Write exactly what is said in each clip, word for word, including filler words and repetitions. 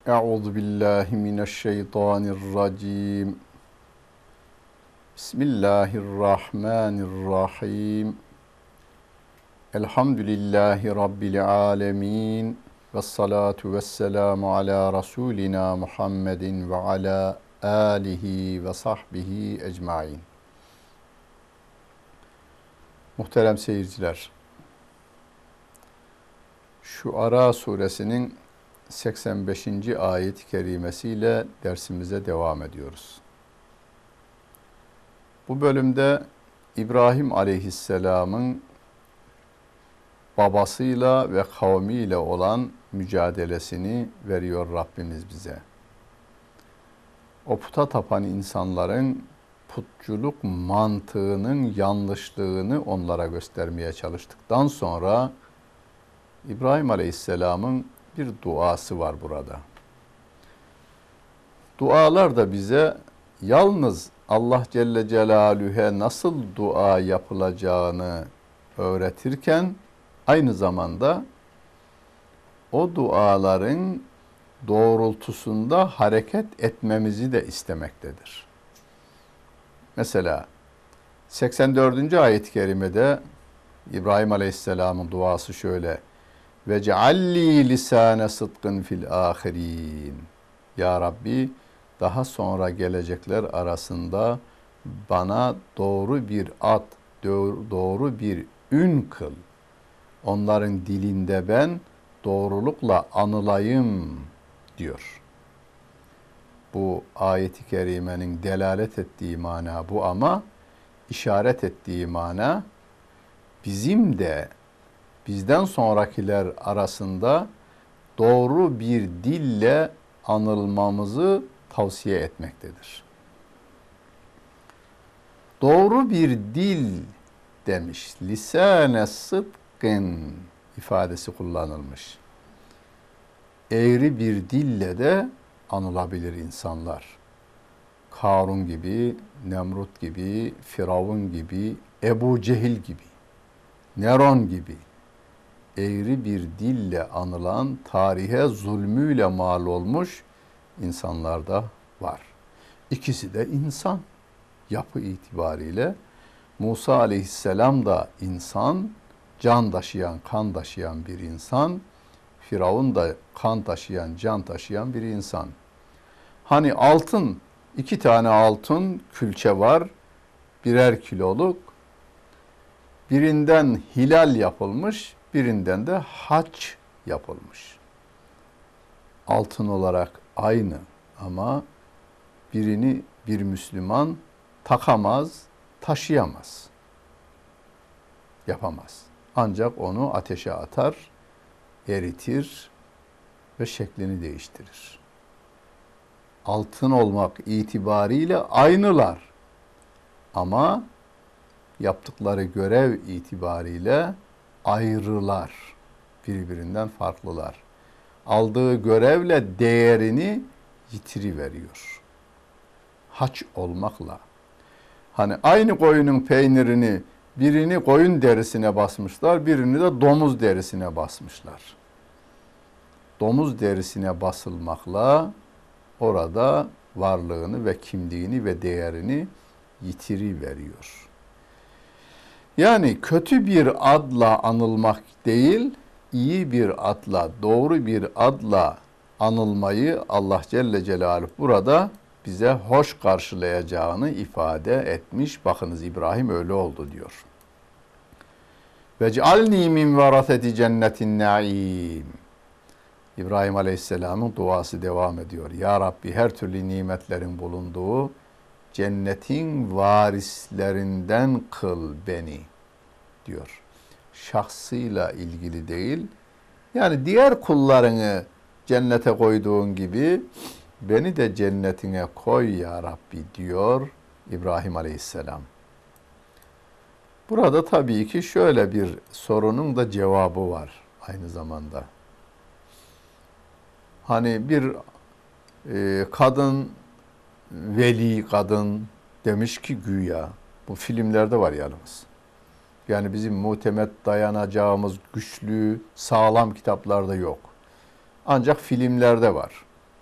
Euzu billahi mineşşeytanirracim. Bismillahirrahmanirrahim. Elhamdülillahi rabbil alamin. Ves salatu vesselamu ala rasulina Muhammedin ve ala alihi ve sahbihi ecmaîn. Muhterem seyirciler, Şuara suresinin seksen beşinci ayet-i kerimesiyle dersimize devam ediyoruz. Bu bölümde İbrahim aleyhisselamın babasıyla ve kavmiyle olan mücadelesini veriyor Rabbimiz bize. O puta tapan insanların putçuluk mantığının yanlışlığını onlara göstermeye çalıştıktan sonra İbrahim aleyhisselamın bir duası var burada. Dualar da bize yalnız Allah Celle Celaluhu'ya nasıl dua yapılacağını öğretirken aynı zamanda o duaların doğrultusunda hareket etmemizi de istemektedir. Mesela seksen dördüncü ayet-i kerimede İbrahim Aleyhisselam'ın duası şöyle: ve cealli lisane sıdkın fil ahirin. Ya Rabbi, daha sonra gelecekler arasında bana doğru bir ad, doğru bir ün kıl. Onların dilinde ben doğrulukla anılayım diyor. Bu ayet-i kerimenin delalet ettiği mana bu, ama işaret ettiği mana bizim de bizden sonrakiler arasında doğru bir dille anılmamızı tavsiye etmektedir. Doğru bir dil demiş. Lisane sıdkın ifadesi kullanılmış. Eğri bir dille de anılabilir insanlar. Karun gibi, Nemrut gibi, Firavun gibi, Ebu Cehil gibi, Neron gibi eğri bir dille anılan, tarihe zulmüyle mal olmuş insanlar da var. İkisi de insan. Yapı itibariyle Musa aleyhisselam da insan, can taşıyan, kan taşıyan bir insan. Firavun da kan taşıyan, can taşıyan bir insan. Hani altın, iki tane altın külçe var, birer kiloluk. Birinden hilal yapılmış, birinden de haç yapılmış. Altın olarak aynı, ama birini bir Müslüman takamaz, taşıyamaz, yapamaz. Ancak onu ateşe atar, eritir ve şeklini değiştirir. Altın olmak itibariyle aynılar, ama yaptıkları görev itibariyle ayrılar, birbirinden farklılar. Aldığı görevle değerini yitiriveriyor. Haç olmakla. Hani aynı koyunun peynirini birini koyun derisine basmışlar, birini de domuz derisine basmışlar. Domuz derisine basılmakla orada varlığını ve kimliğini ve değerini yitiriveriyor. Yani kötü bir adla anılmak değil, iyi bir adla, doğru bir adla anılmayı Allah Celle Celaluhu burada bize hoş karşılayacağını ifade etmiş. Bakınız, İbrahim öyle oldu diyor. Ve cealni min varaseti cennetin naim. İbrahim Aleyhisselam'ın duası devam ediyor. Ya Rabbi, her türlü nimetlerin bulunduğu cennetin varislerinden kıl beni diyor. Şahsıyla ilgili değil, yani diğer kullarını cennete koyduğun gibi beni de cennetine koy ya Rabbi diyor İbrahim Aleyhisselam. Burada tabii ki şöyle bir sorunun da cevabı var aynı zamanda. Hani bir e, kadın, veli kadın demiş ki güya, bu filmlerde var yalnız. Yani bizim muhtemet dayanacağımız güçlü, sağlam kitaplarda yok. Ancak filmlerde var.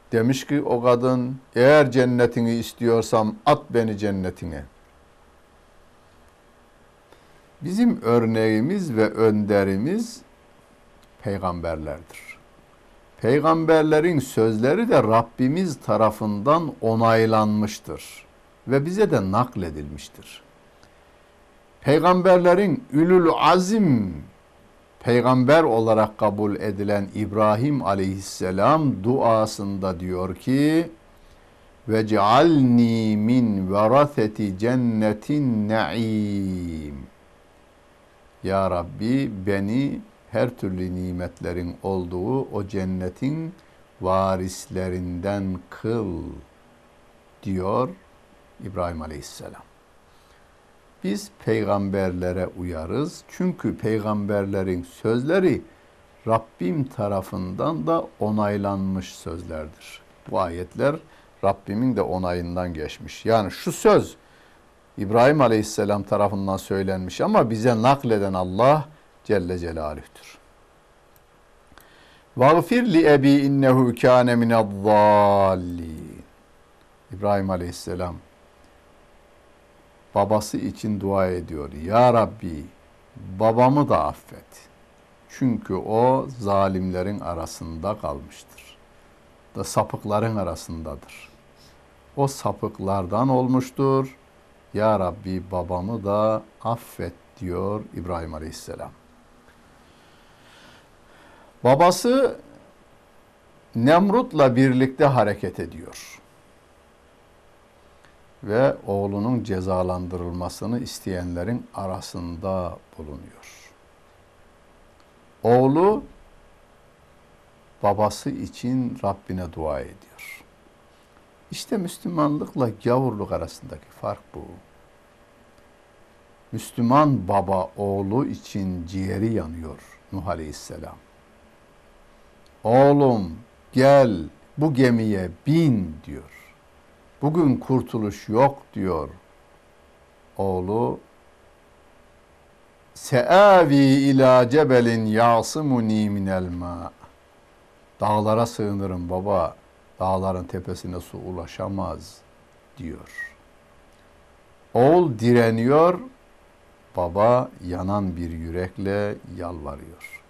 Demiş ki o kadın, eğer cennetini istiyorsam at beni cennetine. Bizim örneğimiz ve önderimiz peygamberlerdir. Peygamberlerin sözleri de Rabbimiz tarafından onaylanmıştır ve bize de nakledilmiştir. Peygamberlerin ülül azim peygamber olarak kabul edilen İbrahim aleyhisselam duasında diyor ki ve cealni min veraseti cennetin naim. Ya Rabbi beni her türlü nimetlerin olduğu o cennetin varislerinden kıl diyor İbrahim aleyhisselam. Biz peygamberlere uyarız. Çünkü peygamberlerin sözleri Rabbim tarafından da onaylanmış sözlerdir. Bu ayetler Rabbimin de onayından geçmiş. Yani şu söz İbrahim Aleyhisselam tarafından söylenmiş ama bize nakleden Allah Celle Celaluh'tür. Vagfir li ebi innehu kâne minezzâllîn. İbrahim Aleyhisselam babası için dua ediyor. Ya Rabbi babamı da affet. Çünkü o zalimlerin arasında kalmıştır. Da sapıkların arasındadır. O sapıklardan olmuştur. Ya Rabbi babamı da affet diyor İbrahim Aleyhisselam. Babası Nemrut'la birlikte hareket ediyor. Ve oğlunun cezalandırılmasını isteyenlerin arasında bulunuyor. Oğlu babası için Rabbine dua ediyor. İşte Müslümanlıkla gavurluk arasındaki fark bu. Müslüman baba oğlu için ciğeri yanıyor Nuh Aleyhisselam. Oğlum gel bu gemiye bin diyor. Bugün kurtuluş yok diyor. Oğlu Seavi ila cebelin yasimuni minel ma. Dağlara sığınırım baba. Dağların tepesine su ulaşamaz diyor. Oğul direniyor. Baba yanan bir yürekle yalvarıyor.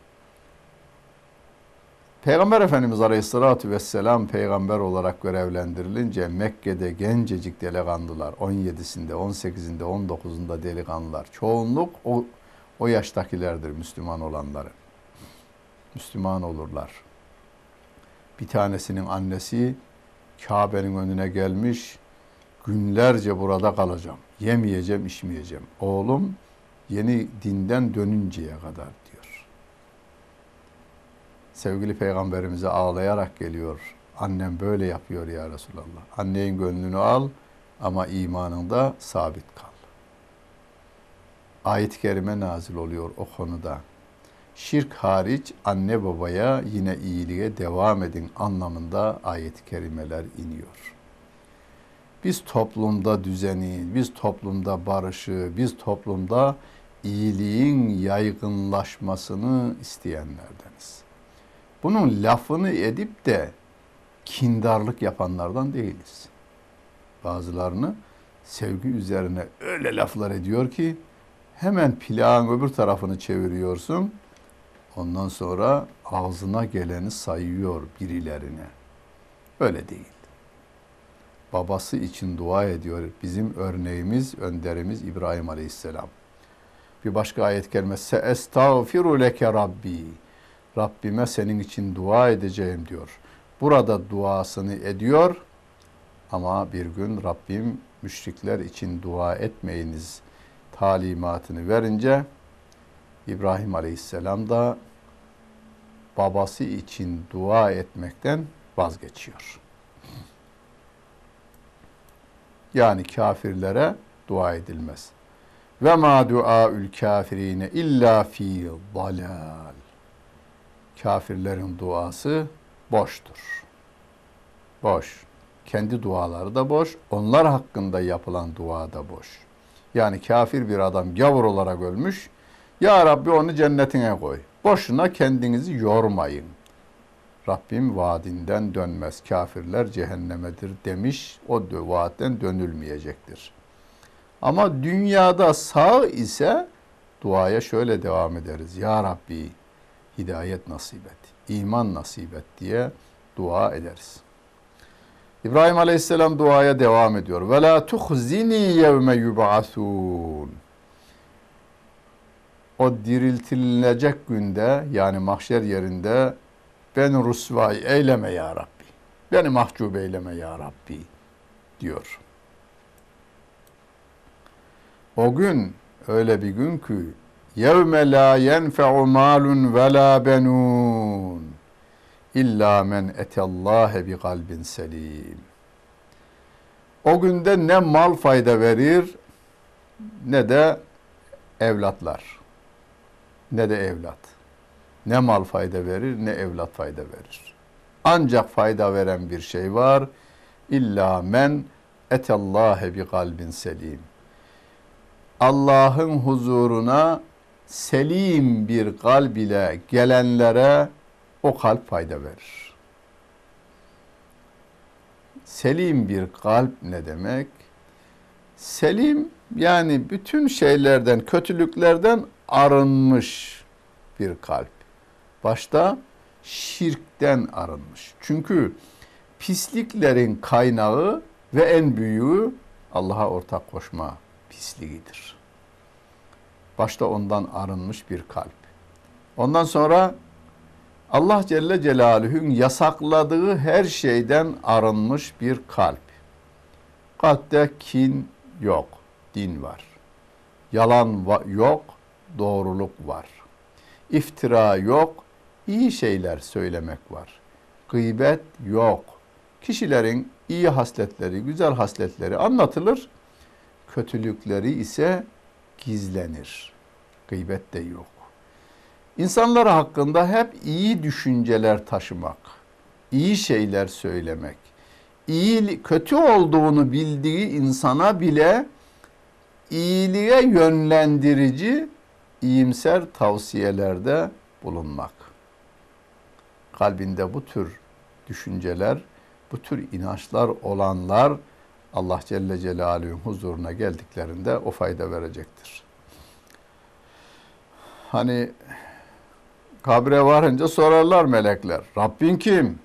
Peygamber Efendimiz Aleyhisselatü Vesselam peygamber olarak görevlendirilince Mekke'de gencecik delikanlılar, on yedisinde, on sekizinde, on dokuzunda delikanlılar. Çoğunluk o, o yaştakilerdir Müslüman olanları. Müslüman olurlar. Bir tanesinin annesi Kabe'nin önüne gelmiş, günlerce burada kalacağım, yemeyeceğim, içmeyeceğim. Oğlum yeni dinden dönünceye kadar diyor. Sevgili Peygamberimize ağlayarak geliyor. Annem böyle yapıyor ya Resulallah. Annenin gönlünü al ama imanında sabit kal. Ayet-i kerime nazil oluyor o konuda. Şirk hariç anne babaya yine iyiliğe devam edin anlamında ayet-i kerimeler iniyor. Biz toplumda düzeni, biz toplumda barışı, biz toplumda iyiliğin yaygınlaşmasını isteyenlerdeniz. Bunun lafını edip de kindarlık yapanlardan değiliz. Bazılarını sevgi üzerine öyle laflar ediyor ki hemen plağın öbür tarafını çeviriyorsun. Ondan sonra ağzına geleni sayıyor birilerine. Öyle değil. Babası için dua ediyor. Bizim örneğimiz, önderimiz İbrahim Aleyhisselam. Bir başka ayet kerimesi estağfiru leke rabbi. Rabbime senin için dua edeceğim diyor. Burada duasını ediyor ama bir gün Rabbim müşrikler için dua etmeyiniz talimatını verince İbrahim Aleyhisselam da babası için dua etmekten vazgeçiyor. Yani kafirlere dua edilmez. Ve ma duaül kafirine illa fi dalal. Kafirlerin duası boştur. Boş. Kendi duaları da boş. Onlar hakkında yapılan dua da boş. Yani kafir bir adam gavur olarak ölmüş. Ya Rabbi onu cennetine koy. Boşuna kendinizi yormayın. Rabbim vaadinden dönmez. Kafirler cehennemedir demiş. O vaatten dönülmeyecektir. Ama dünyada sağ ise duaya şöyle devam ederiz. Ya Rabbi hidayet nasip et, iman nasip et diye dua ederiz. İbrahim Aleyhisselam duaya devam ediyor. Ve la tuhzini yevme yub'asun. O diriltilecek günde yani mahşer yerinde beni rusvay eyleme ya Rabbi. Beni mahcup eyleme ya Rabbi diyor. O gün öyle bir gün ki yevme la yenfe'u malun ve la benun illa men etallâhe bi kalbin selim. O günde ne mal fayda verir ne de evlatlar. Ne de evlat. Ne mal fayda verir ne evlat fayda verir. Ancak fayda veren bir şey var. İlla men etallâhe bi kalbin selim. Allah'ın huzuruna selim bir kalb ile gelenlere o kalp fayda verir. Selim bir kalp ne demek? Selim yani bütün şeylerden, kötülüklerden arınmış bir kalp. Başta şirkten arınmış. Çünkü pisliklerin kaynağı ve en büyüğü Allah'a ortak koşma pisliğidir. Başta ondan arınmış bir kalp. Ondan sonra Allah Celle Celaluhu'nun yasakladığı her şeyden arınmış bir kalp. Kalpte kin yok, din var. Yalan yok, doğruluk var. İftira yok, iyi şeyler söylemek var. Gıybet yok. Kişilerin iyi hasletleri, güzel hasletleri anlatılır. Kötülükleri ise gizlenir. Gıybet de yok. İnsanlar hakkında hep iyi düşünceler taşımak, iyi şeyler söylemek, iyi, kötü olduğunu bildiği insana bile iyiliğe yönlendirici, iyimser tavsiyelerde bulunmak. Kalbinde bu tür düşünceler, bu tür inançlar olanlar Allah Celle Celaluhu'nun huzuruna geldiklerinde o fayda verecektir. Hani kabre varınca sorarlar melekler. Rabbin kim?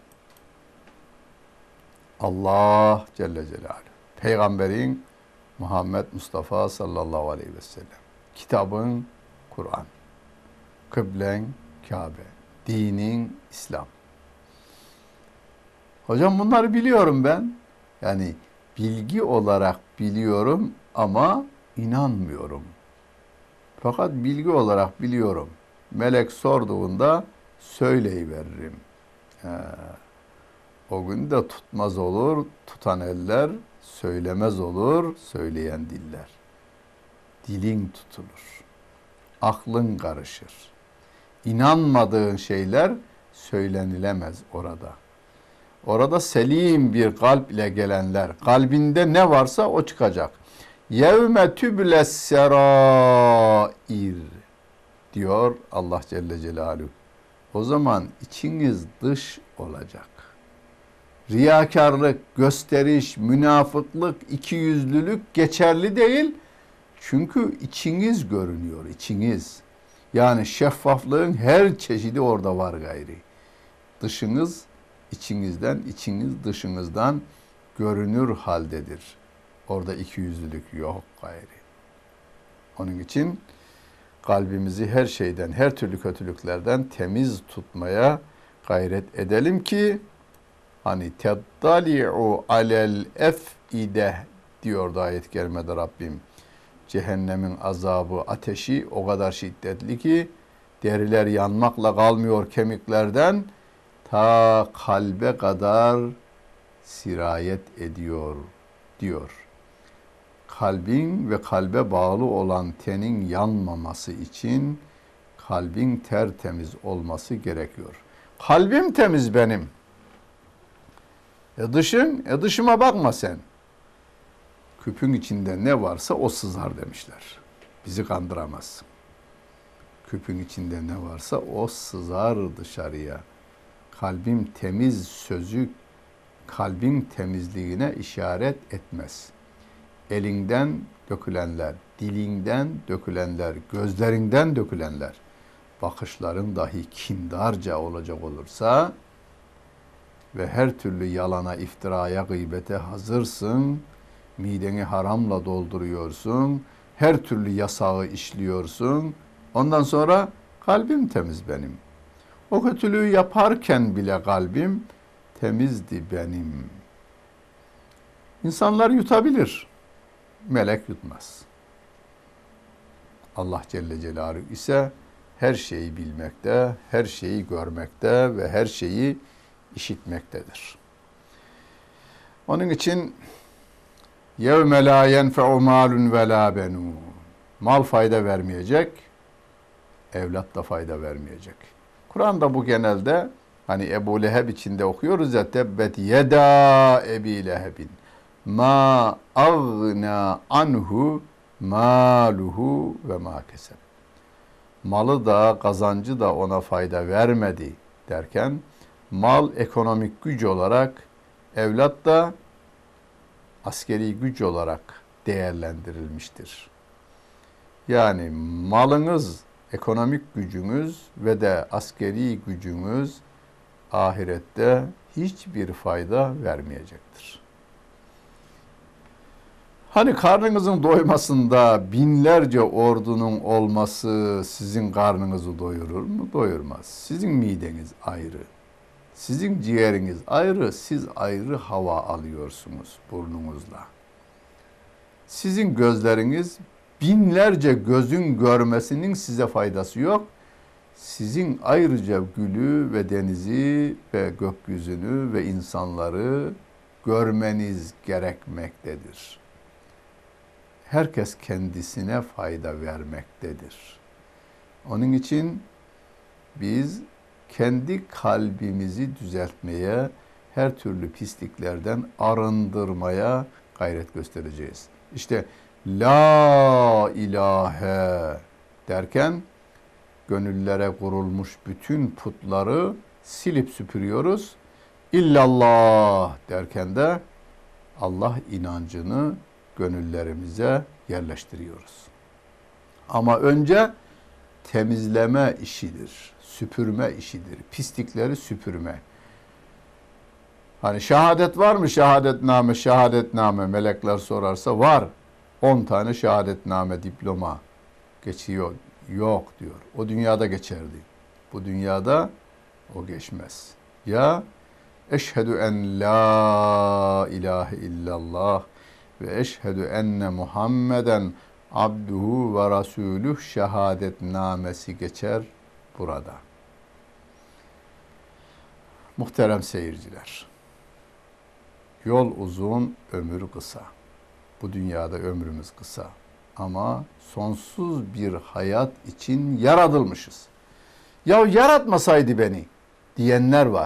Allah Celle Celaluhu. Peygamberin Muhammed Mustafa sallallahu aleyhi ve sellem. Kitabın Kur'an. Kıblen Kabe. Dinin İslam. Hocam bunları biliyorum ben. Yani bilgi olarak biliyorum ama inanmıyorum. Fakat bilgi olarak biliyorum. Melek sorduğunda söyleyiveririm. He. O gün de tutmaz olur, tutan eller, söylemez olur, söyleyen diller. Dilin tutulur, aklın karışır. İnanmadığın şeyler söylenilemez orada. Orada selim bir kalp ile gelenler, kalbinde ne varsa o çıkacak. Yevme tübles serair diyor Allah Celle Celaluhu. O zaman içiniz dış olacak. Riyakarlık, gösteriş, münafıklık, ikiyüzlülük geçerli değil. Çünkü içiniz görünüyor, içiniz. Yani şeffaflığın her çeşidi orada var gayri. Dışınız içinizden, içiniz dışınızdan görünür haldedir. Orada ikiyüzlülük yok gayri. Onun için kalbimizi her şeyden, her türlü kötülüklerden temiz tutmaya gayret edelim ki hani teddali'u alel ef'ide diyor da ayet-i kerimede Rabbim. Cehennemin azabı, ateşi o kadar şiddetli ki deriler yanmakla kalmıyor kemiklerden, ta kalbe kadar sirayet ediyor diyor. Kalbin ve kalbe bağlı olan tenin yanmaması için kalbin tertemiz olması gerekiyor. Kalbim temiz benim. E dışın, e dışıma bakma sen. Küpün içinde ne varsa o sızar demişler. Bizi kandıramaz. Küpün içinde ne varsa o sızar dışarıya. kalbim temiz sözü kalbin temizliğine işaret etmez. Elinden dökülenler, dilinden dökülenler, gözlerinden dökülenler, bakışların dahi kindarca olacak olursa ve her türlü yalana, iftiraya, gıybete hazırsın, mideni haramla dolduruyorsun, her türlü yasağı işliyorsun, ondan sonra kalbim temiz benim. O kötülüğü yaparken bile kalbim temizdi benim. İnsanlar yutabilir, melek yutmaz. Allah Celle Celaluhu ise her şeyi bilmekte, her şeyi görmekte ve her şeyi işitmektedir. Onun için يَوْمَ لَا يَنْفَعُ مَالٌ وَلَا بَنُونَ Mal fayda vermeyecek, evlat da fayda vermeyecek. Kur'an'da bu genelde hani Ebu Leheb içinde okuyoruz ya, tebbet yeda Ebi Lehebin ma agna anhu maluhu ve ma keseb. Malı da kazancı da ona fayda vermedi derken mal ekonomik güç olarak, evlat da askeri güç olarak değerlendirilmiştir. Yani malınız, ekonomik gücünüz ve de askeri gücünüz ahirette hiçbir fayda vermeyecektir. Hani karnınızın doymasında binlerce ordunun olması sizin karnınızı doyurur mu? Doyurmaz. Sizin mideniz ayrı. Sizin ciğeriniz ayrı, siz ayrı hava alıyorsunuz burnunuzla. Sizin gözleriniz binlerce gözün görmesinin size faydası yok. Sizin ayrıca gülü ve denizi ve gökyüzünü ve insanları görmeniz gerekmektedir. Herkes kendisine fayda vermektedir. Onun için biz kendi kalbimizi düzeltmeye, her türlü pisliklerden arındırmaya gayret göstereceğiz. İşte la ilahe derken gönüllere kurulmuş bütün putları silip süpürüyoruz. İllallah derken de Allah inancını gönüllerimize yerleştiriyoruz. Ama önce temizleme işidir, süpürme işidir, pislikleri süpürme. Hani şehadet var mı? Şehadetname, şehadetname melekler sorarsa var. on tane şehadetname diploma geçiyor. Yok diyor. O dünyada geçerdi. Bu dünyada o geçmez. Ya eşhedü en la ilahe illallah ve eşhedü enne Muhammeden abduhu ve rasuluh şehadetnamesi geçer burada. Muhterem seyirciler, yol uzun, ömür kısa. Bu dünyada ömrümüz kısa. Ama sonsuz bir hayat için yaratılmışız. Ya yaratmasaydı beni diyenler var.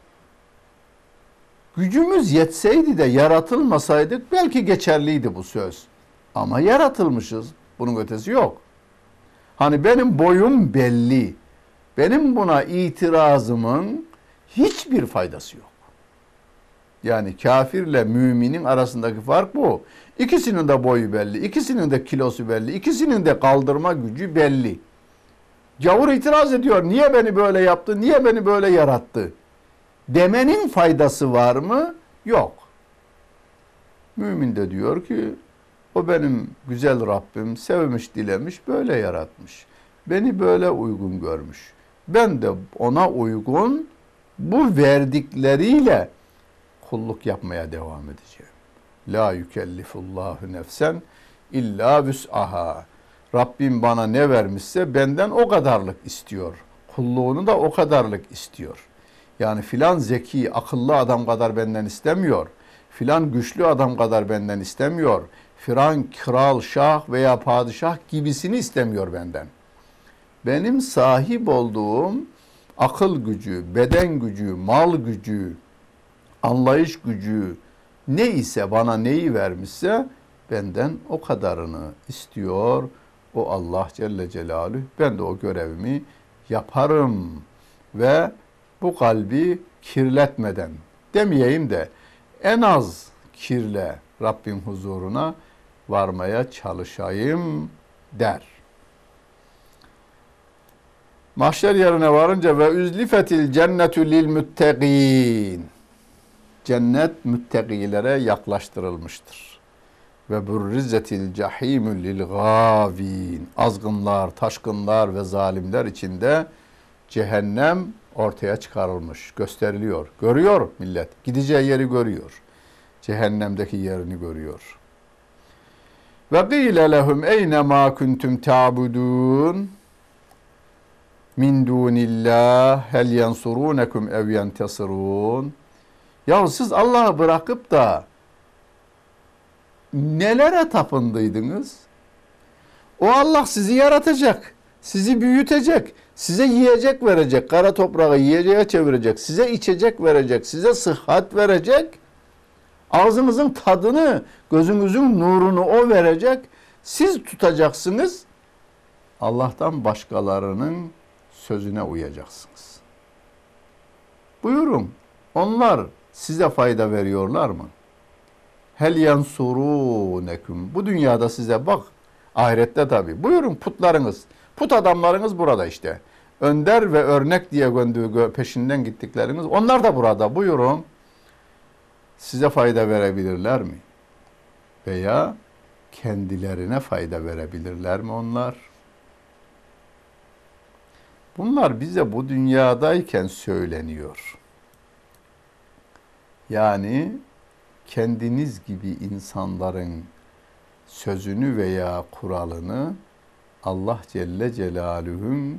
Gücümüz yetseydi de yaratılmasaydık belki geçerliydi bu söz. Ama yaratılmışız. Bunun ötesi yok. Hani benim boyum belli. Benim buna itirazımın hiçbir faydası yok. Yani kafirle müminin arasındaki fark bu. İkisinin de boyu belli, ikisinin de kilosu belli, ikisinin de kaldırma gücü belli. Gavur itiraz ediyor. Niye beni böyle yaptı, niye beni böyle yarattı? Demenin faydası var mı? Yok. Mümin de diyor ki, o benim güzel Rabbim, sevmiş, dilemiş, böyle yaratmış. Beni böyle uygun görmüş. Ben de ona uygun bu verdikleriyle kulluk yapmaya devam edeceğim. La yükellifullahu nefsen illa vüs'aha. Rabbim bana ne vermişse benden o kadarlık istiyor. Kulluğunu da o kadarlık istiyor. Yani filan zeki, akıllı adam kadar benden istemiyor. Filan güçlü adam kadar benden istemiyor. Filan kral, şah veya padişah gibisini istemiyor benden. Benim sahip olduğum akıl gücü, beden gücü, mal gücü, anlayış gücü ne ise, bana neyi vermişse benden o kadarını istiyor o Allah Celle Celaluhu. Ben de o görevimi yaparım ve bu kalbi kirletmeden demeyeyim de en az kirle Rabbim huzuruna varmaya çalışayım der. Mahşer yerine varınca ve üzlifetil cennetu lil müttegin. Cennet müttegilere yaklaştırılmıştır. Ve burrizetil cahimü lil gavin. Azgınlar, taşkınlar ve zalimler içinde cehennem ortaya çıkarılmış, gösteriliyor. Görüyor millet. Gideceği yeri görüyor. Cehennemdeki yerini görüyor. Ve qîle lehum eyne mâ kuntum ta'budûn min dûnillah hel yansurûnekum ev yentasirûn. Ya siz Allah'ı bırakıp da nelere tapındıydınız? O Allah sizi yaratacak, sizi büyütecek, size yiyecek verecek, kara toprağı yiyeceğe çevirecek, size içecek verecek, size sıhhat verecek, ağzınızın tadını, gözünüzün nurunu o verecek, siz tutacaksınız, Allah'tan başkalarının sözüne uyacaksınız. Buyurun, onlar size fayda veriyorlar mı? Hel yansurunekum. Bu dünyada size bak, ahirette tabi. Buyurun putlarınız, put adamlarınız burada işte. Önder ve örnek diye göndüğü peşinden gittikleriniz, onlar da burada. Buyurun, size fayda verebilirler mi? Veya kendilerine fayda verebilirler mi onlar? Bunlar bize bu dünyadayken söyleniyor. Yani kendiniz gibi insanların sözünü veya kuralını Allah Celle Celaluhu'nun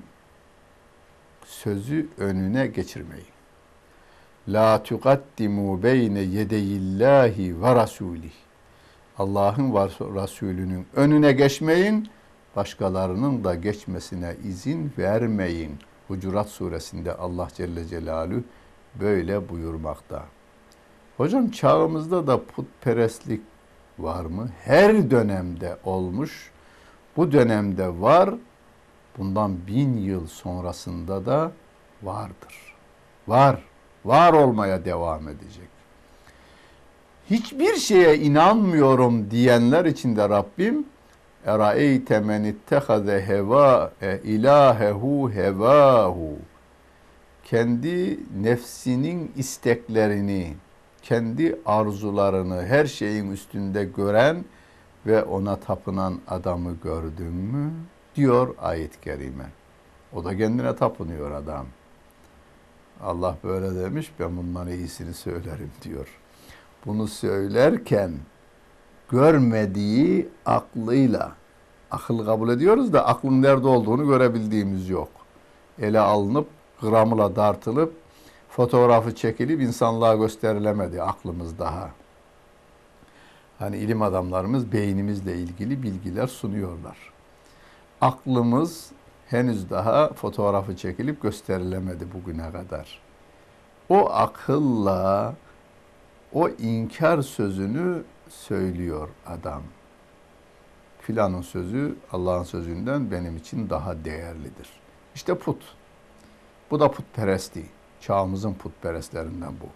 sözü önüne geçirmeyin. La tuqaddimu beyne yedeyillahi ve rasulih. Allah'ın ve Resulünün önüne geçmeyin, başkalarının da geçmesine izin vermeyin. Hucurat suresinde Allah Celle Celaluhu böyle buyurmakta. Hocam çağımızda da putperestlik var mı? Her dönemde olmuş. Bu dönemde var. Bundan bin yıl sonrasında da vardır. Var. Var olmaya devam edecek. Hiçbir şeye inanmıyorum diyenler için de Rabbim Eraeyte men ittehaze heva ilahehu hevahu. Kendi nefsinin isteklerini, kendi arzularını her şeyin üstünde gören ve ona tapınan adamı gördün mü? Diyor ayet-i kerime. O da kendine tapınıyor adam. Allah böyle demiş, ben bundan iyisini söylerim diyor. Bunu söylerken görmediği aklıyla, akıl kabul ediyoruz da aklın nerede olduğunu görebildiğimiz yok. Ele alınıp, gramla dartılıp, fotoğrafı çekilip insanlığa gösterilemedi aklımız daha. Hani ilim adamlarımız beynimizle ilgili bilgiler sunuyorlar. Aklımız henüz daha fotoğrafı çekilip gösterilemedi bugüne kadar. O akılla o inkar sözünü söylüyor adam. Filanın sözü Allah'ın sözünden benim için daha değerlidir. İşte put. Bu da putperesti. Çağımızın putperestlerinden bu.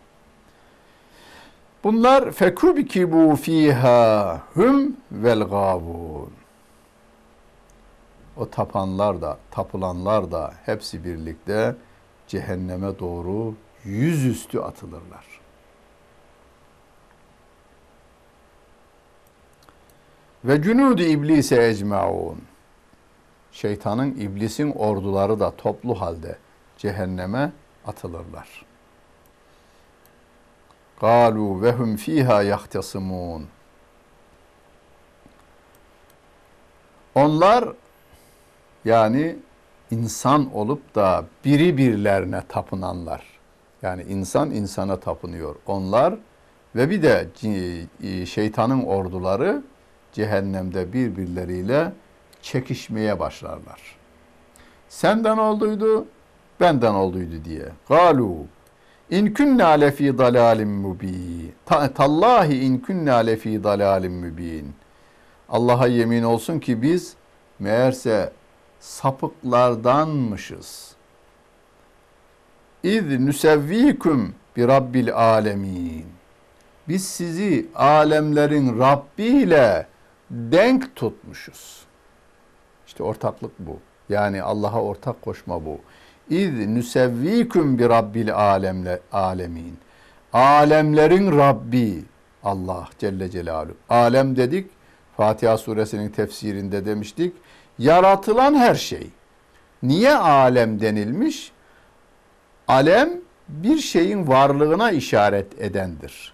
Bunlar fekubikibu fiha hum vel gavun. O tapanlar da, tapılanlar da hepsi birlikte cehenneme doğru yüzüstü atılırlar. Ve cunûd-i iblise ecmaun. Şeytanın, iblisin orduları da toplu halde cehenneme atılırlar. Galu ve hum fiha yahtasimun. Onlar yani insan olup da biri birlerine tapınanlar. Yani insan insana tapınıyor. Onlar ve bir de şeytanın orduları cehennemde birbirleriyle çekişmeye başlarlar. Senden olduydu, benden olduydu diye. Galu in kunna lefi dalalim mubin. Tallahi in kunna lefi dalalim mubin. Allah'a yemin olsun ki biz meğerse sapıklardanmışız. İz nusevvikum bi rabbil alemin. Biz sizi alemlerin Rabbi ile denk tutmuşuz. İşte ortaklık bu. Yani Allah'a ortak koşma bu. İz nusevvikum bi rabbil alemle alemin. Alemlerin Rabbi Allah Celle Celaluhu. Alem dedik, Fatiha suresinin tefsirinde demiştik. Yaratılan her şey. Niye alem denilmiş? Alem bir şeyin varlığına işaret edendir.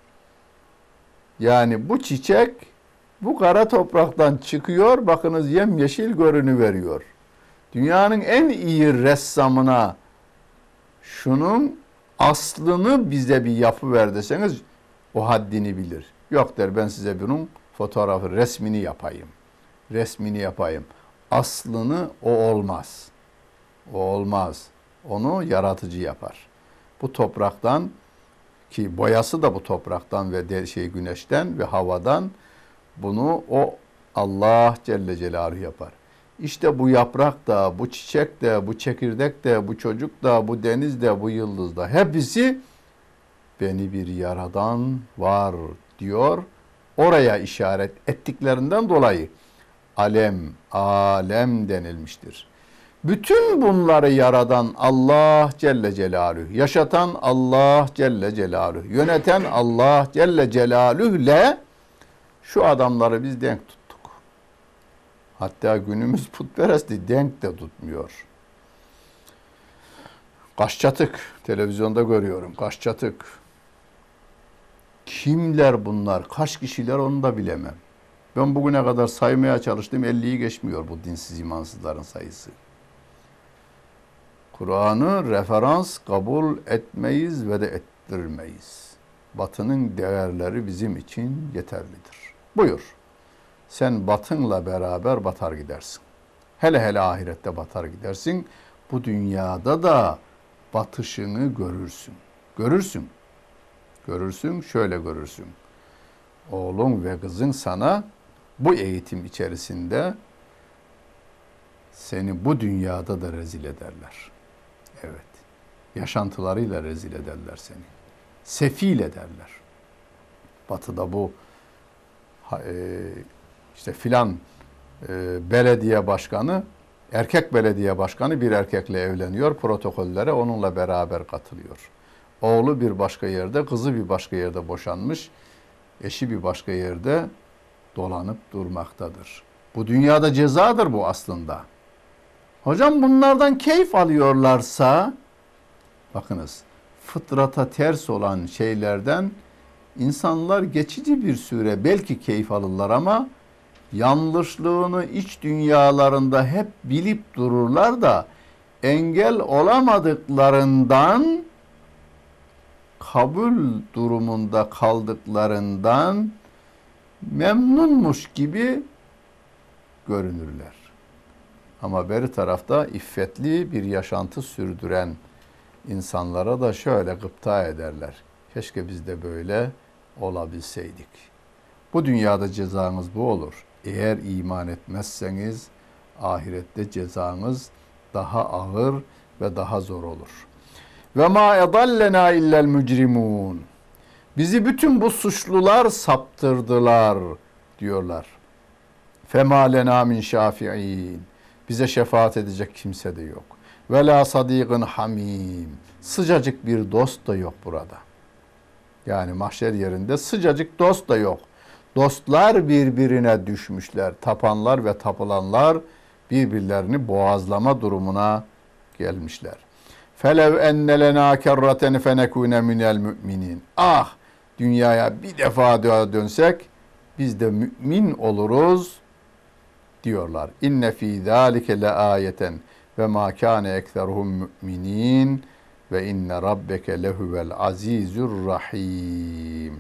Yani bu çiçek bu kara topraktan çıkıyor, bakınız yemyeşil görünüveriyor. Dünyanın en iyi ressamına şunun aslını bize bir yapıver deseniz o haddini bilir. Yok der, ben size bunun fotoğrafı, resmini yapayım. Resmini yapayım. Aslını o olmaz. O olmaz. Onu yaratıcı yapar. Bu topraktan, ki boyası da bu topraktan ve de, şey güneşten ve havadan, bunu o Allah Celle Celaluhu yapar. İşte bu yaprak da, bu çiçek de, bu çekirdek de, bu çocuk da, bu deniz de, bu yıldız da hepsi beni bir yaradan var diyor. Oraya işaret ettiklerinden dolayı alem, alem denilmiştir. Bütün bunları yaradan Allah Celle Celaluhu, yaşatan Allah Celle Celaluhu, yöneten Allah Celle Celaluhu'le şu adamları biz denk tuttuk. Hatta günümüz putperesti denk de tutmuyor. Kaşçatık, televizyonda görüyorum, kaşçatık. Kimler bunlar, kaç kişiler onu da bilemem. Ben bugüne kadar saymaya çalıştım, elliyi geçmiyor bu dinsiz imansızların sayısı. Kur'an'ı referans kabul etmeyiz ve de ettirmeyiz. Batının değerleri bizim için yeterlidir. Buyur. Sen batınla beraber batar gidersin. Hele hele ahirette batar gidersin. Bu dünyada da batışını görürsün. Görürsün. Görürsün, şöyle görürsün. Oğlun ve kızın sana bu eğitim içerisinde seni bu dünyada da rezil ederler. Evet. Yaşantılarıyla rezil ederler seni. Sefil ederler. Batı'da bu işte filan belediye başkanı, erkek belediye başkanı bir erkekle evleniyor. Protokollere onunla beraber katılıyor. Oğlu bir başka yerde, kızı bir başka yerde boşanmış. Eşi bir başka yerde dolanıp durmaktadır. Bu dünyada cezadır bu aslında. Hocam bunlardan keyif alıyorlarsa, bakınız, fıtrata ters olan şeylerden insanlar geçici bir süre belki keyif alırlar ama yanlışlığını iç dünyalarında hep bilip dururlar da engel olamadıklarından, kabul durumunda kaldıklarından memnunmuş gibi görünürler. Ama beri tarafta iffetli bir yaşantı sürdüren insanlara da şöyle gıpta ederler. Keşke biz de böyle olabilseydik. Bu dünyada cezanız bu olur. Eğer iman etmezseniz ahirette cezanız daha ağır ve daha zor olur. Ve ma edallena illel mücrimun. Bizi bütün bu suçlular saptırdılar diyorlar. Fema lena min şafi'in. Bize şefaat edecek kimse de yok. Ve la sadiqin hamim. Sıcacık bir dost da yok burada. Yani mahşer yerinde sıcacık dost da yok. Dostlar birbirine düşmüşler. Tapanlar ve tapılanlar birbirlerini boğazlama durumuna gelmişler. Felev enne lena kerraten fenekune minel müminin. Ah, dünyaya bir defa daha dönsek biz de mümin oluruz diyorlar. İnne fî zâlike le âyeten ve mâ kâne ekseruhum müminin ve inne rabbeke lehuvel azîzur rahîm.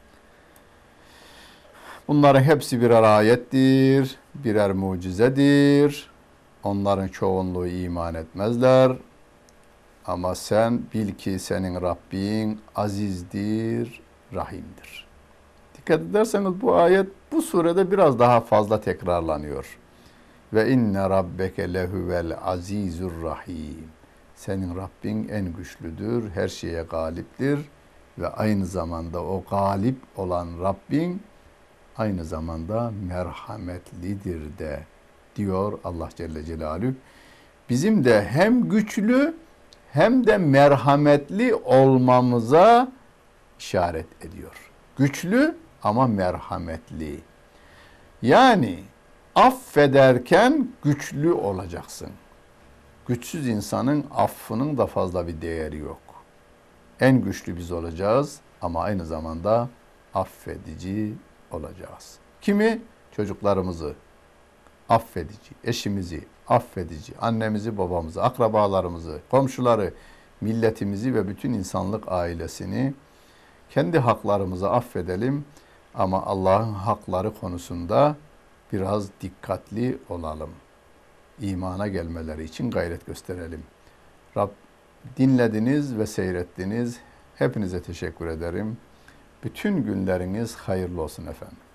Bunların hepsi birer ayettir, birer mucizedir. Onların çoğunluğu iman etmezler. Ama sen bil ki senin Rabbin azizdir, rahimdir. Dikkat ederseniz bu ayet bu surede biraz daha fazla tekrarlanıyor. Ve inne rabbeke lehuvel azizur rahim. Senin Rabbin en güçlüdür, her şeye galiptir ve aynı zamanda o galip olan Rabbin aynı zamanda merhametlidir de diyor Allah Celle Celaluhu. Bizim de hem güçlü hem de merhametli olmamıza işaret ediyor. Güçlü ama merhametli. Yani affederken güçlü olacaksın. Güçsüz insanın affının da fazla bir değeri yok. En güçlü biz olacağız ama aynı zamanda affedici olacağız. Kimi? Çocuklarımızı affedici, eşimizi affedici, annemizi, babamızı, akrabalarımızı, komşuları, milletimizi ve bütün insanlık ailesini kendi haklarımızı affedelim ama Allah'ın hakları konusunda biraz dikkatli olalım. İmana gelmeleri için gayret gösterelim. Rab dinlediniz ve seyrettiniz. Hepinize teşekkür ederim. Bütün günleriniz hayırlı olsun efendim.